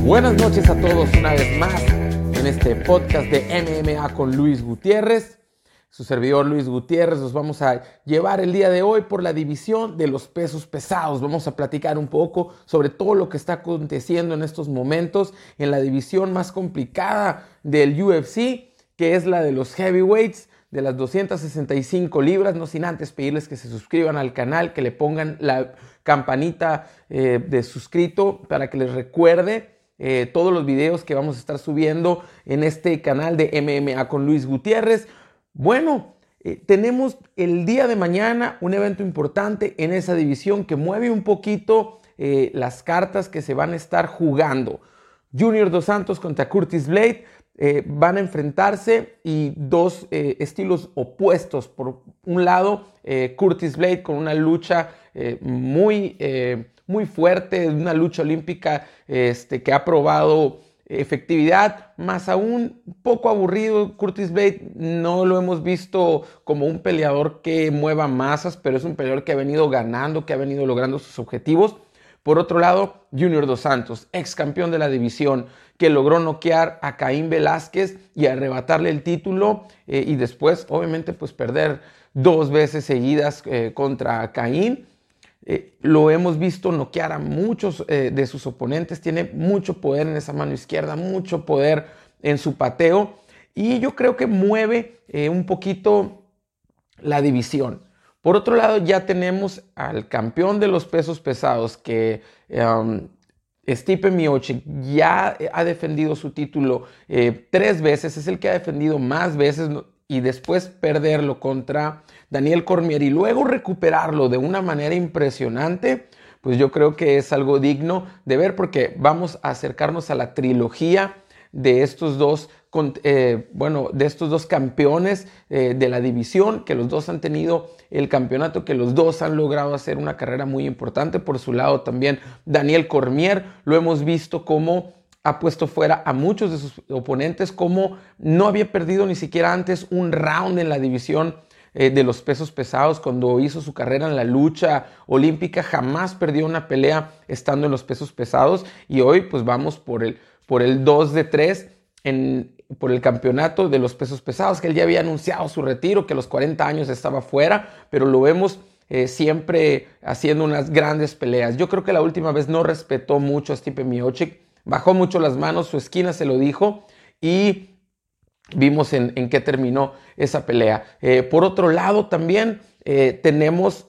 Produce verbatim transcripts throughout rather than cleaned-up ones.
Buenas noches a todos una vez más en este podcast de M M A con Luis Gutiérrez. Su servidor Luis Gutiérrez, nos vamos a llevar el día de hoy por la división de los pesos pesados. Vamos a platicar un poco sobre todo lo que está aconteciendo en estos momentos en la división más complicada del U F C, que es la de los heavyweights, de las doscientas sesenta y cinco libras. No sin antes pedirles que se suscriban al canal, que le pongan la campanita eh, de suscrito para que les recuerde eh, todos los videos que vamos a estar subiendo en este canal de M M A con Luis Gutiérrez. Bueno, eh, tenemos el día de mañana un evento importante en esa división que mueve un poquito eh, las cartas que se van a estar jugando. Junior Dos Santos contra Curtis Blade eh, van a enfrentarse, y dos eh, estilos opuestos. Por un lado, eh, Curtis Blade con una lucha eh, muy, eh, muy fuerte, una lucha olímpica este, que ha probado efectividad, más aún poco aburrido. Curtis Blade no lo hemos visto como un peleador que mueva masas, pero es un peleador que ha venido ganando, que ha venido logrando sus objetivos. Por otro lado, Junior Dos Santos, ex campeón de la división, que logró noquear a Caín Velázquez y arrebatarle el título eh, y después, obviamente, pues perder dos veces seguidas eh, contra Caín. Eh, lo hemos visto noquear a muchos eh, de sus oponentes. Tiene mucho poder en esa mano izquierda, mucho poder en su pateo, y yo creo que mueve eh, un poquito la división. Por otro lado, ya tenemos al campeón de los pesos pesados, que um, Stipe Miocic ya ha defendido su título eh, tres veces. Es el que ha defendido más veces, y después perderlo contra Daniel Cormier y luego recuperarlo de una manera impresionante, pues yo creo que es algo digno de ver, porque vamos a acercarnos a la trilogía de estos dos, eh, bueno, de estos dos campeones eh, de la división, que los dos han tenido el campeonato, que los dos han logrado hacer una carrera muy importante. Por su lado también Daniel Cormier, lo hemos visto como ha puesto fuera a muchos de sus oponentes, como no había perdido ni siquiera antes un round en la división eh, de los pesos pesados. Cuando hizo su carrera en la lucha olímpica, jamás perdió una pelea estando en los pesos pesados, y hoy pues vamos por el, por el dos de tres en, por el campeonato de los pesos pesados, que él ya había anunciado su retiro, que a los cuarenta años estaba fuera, pero lo vemos eh, siempre haciendo unas grandes peleas. Yo creo que la última vez no respetó mucho a Stipe Miocic, bajó mucho las manos, su esquina se lo dijo, y vimos en, en qué terminó esa pelea. Eh, por otro lado, también eh, tenemos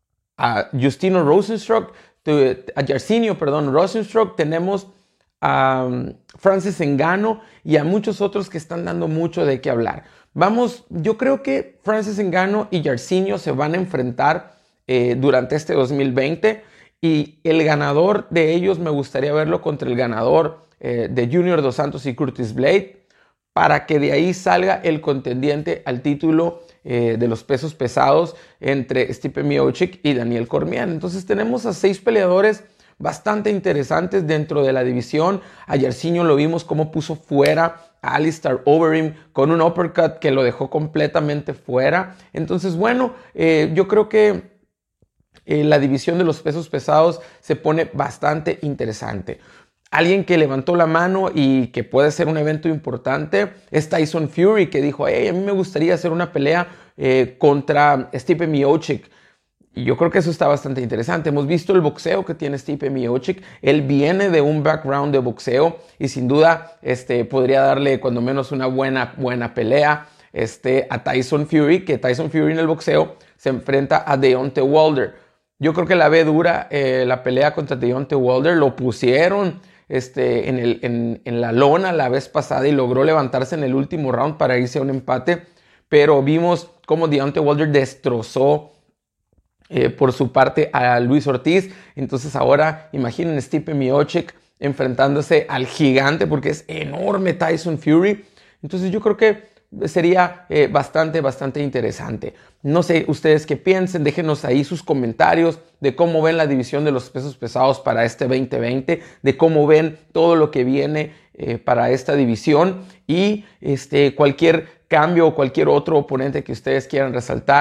a Justino Rosenstruck, a Jairzinho, perdón, Rosenstruck, tenemos a um, Francis Ngannou y a muchos otros que están dando mucho de qué hablar. Vamos, yo creo que Francis Ngannou y Jairzinho se van a enfrentar eh, durante este dos mil veinte, y el ganador de ellos me gustaría verlo contra el ganador eh, de Junior Dos Santos y Curtis Blade, para que de ahí salga el contendiente al título eh, de los pesos pesados entre Stipe Miocic y Daniel Cormier. Entonces tenemos a seis peleadores bastante interesantes dentro de la división. A Jairzinho lo vimos cómo puso fuera a Alistair Overeem con un uppercut que lo dejó completamente fuera. Entonces, bueno, eh, yo creo que Eh, la división de los pesos pesados se pone bastante interesante. Alguien que levantó la mano y que puede ser un evento importante es Tyson Fury, que dijo: hey, a mí me gustaría hacer una pelea eh, contra Stipe Miocic. Y yo creo que eso está bastante interesante. Hemos visto el boxeo que tiene Stipe Miocic. Él viene de un background de boxeo, y sin duda este, podría darle cuando menos una buena, buena pelea este, a Tyson Fury, que Tyson Fury en el boxeo se enfrenta a Deontay Wilder. Yo creo que la ve dura eh, la pelea contra Deontay Wilder. Lo pusieron este, en, el, en, en la lona la vez pasada y logró levantarse en el último round para irse a un empate. Pero vimos cómo Deontay Wilder destrozó eh, por su parte a Luis Ortiz. Entonces ahora imaginen Stipe Miocic enfrentándose al gigante, porque es enorme Tyson Fury. Entonces yo creo que sería eh, bastante, bastante interesante. No sé ustedes qué piensen, déjenos ahí sus comentarios de cómo ven la división de los pesos pesados para este veinte veinte, de cómo ven todo lo que viene eh, para esta división, y este, cualquier cambio o cualquier otro oponente que ustedes quieran resaltar,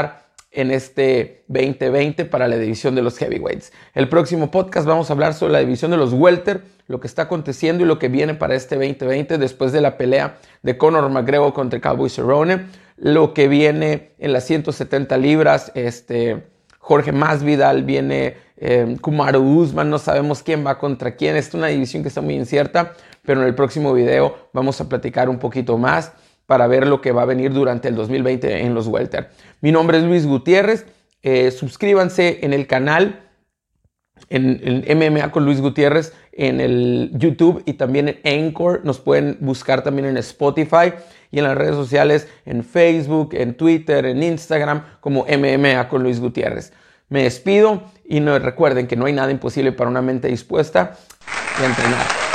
en este veinte veinte para la división de los heavyweights. El próximo podcast vamos a hablar sobre la división de los welter, lo que está aconteciendo y lo que viene para este veinte veinte después de la pelea de Conor McGregor contra Cowboy Cerrone, lo que viene en las ciento setenta libras, este, Jorge Masvidal, viene eh, Kamaru Usman, no sabemos quién va contra quién, es una división que está muy incierta, pero en el próximo video vamos a platicar un poquito más para ver lo que va a venir durante el dos mil veinte en los welter. Mi nombre es Luis Gutiérrez, eh, suscríbanse en el canal, en, en M M A con Luis Gutiérrez, en el YouTube y también en Anchor. Nos pueden buscar también en Spotify y en las redes sociales, en Facebook, en Twitter, en Instagram, como M M A con Luis Gutiérrez. Me despido y no, recuerden que no hay nada imposible para una mente dispuesta a entrenar.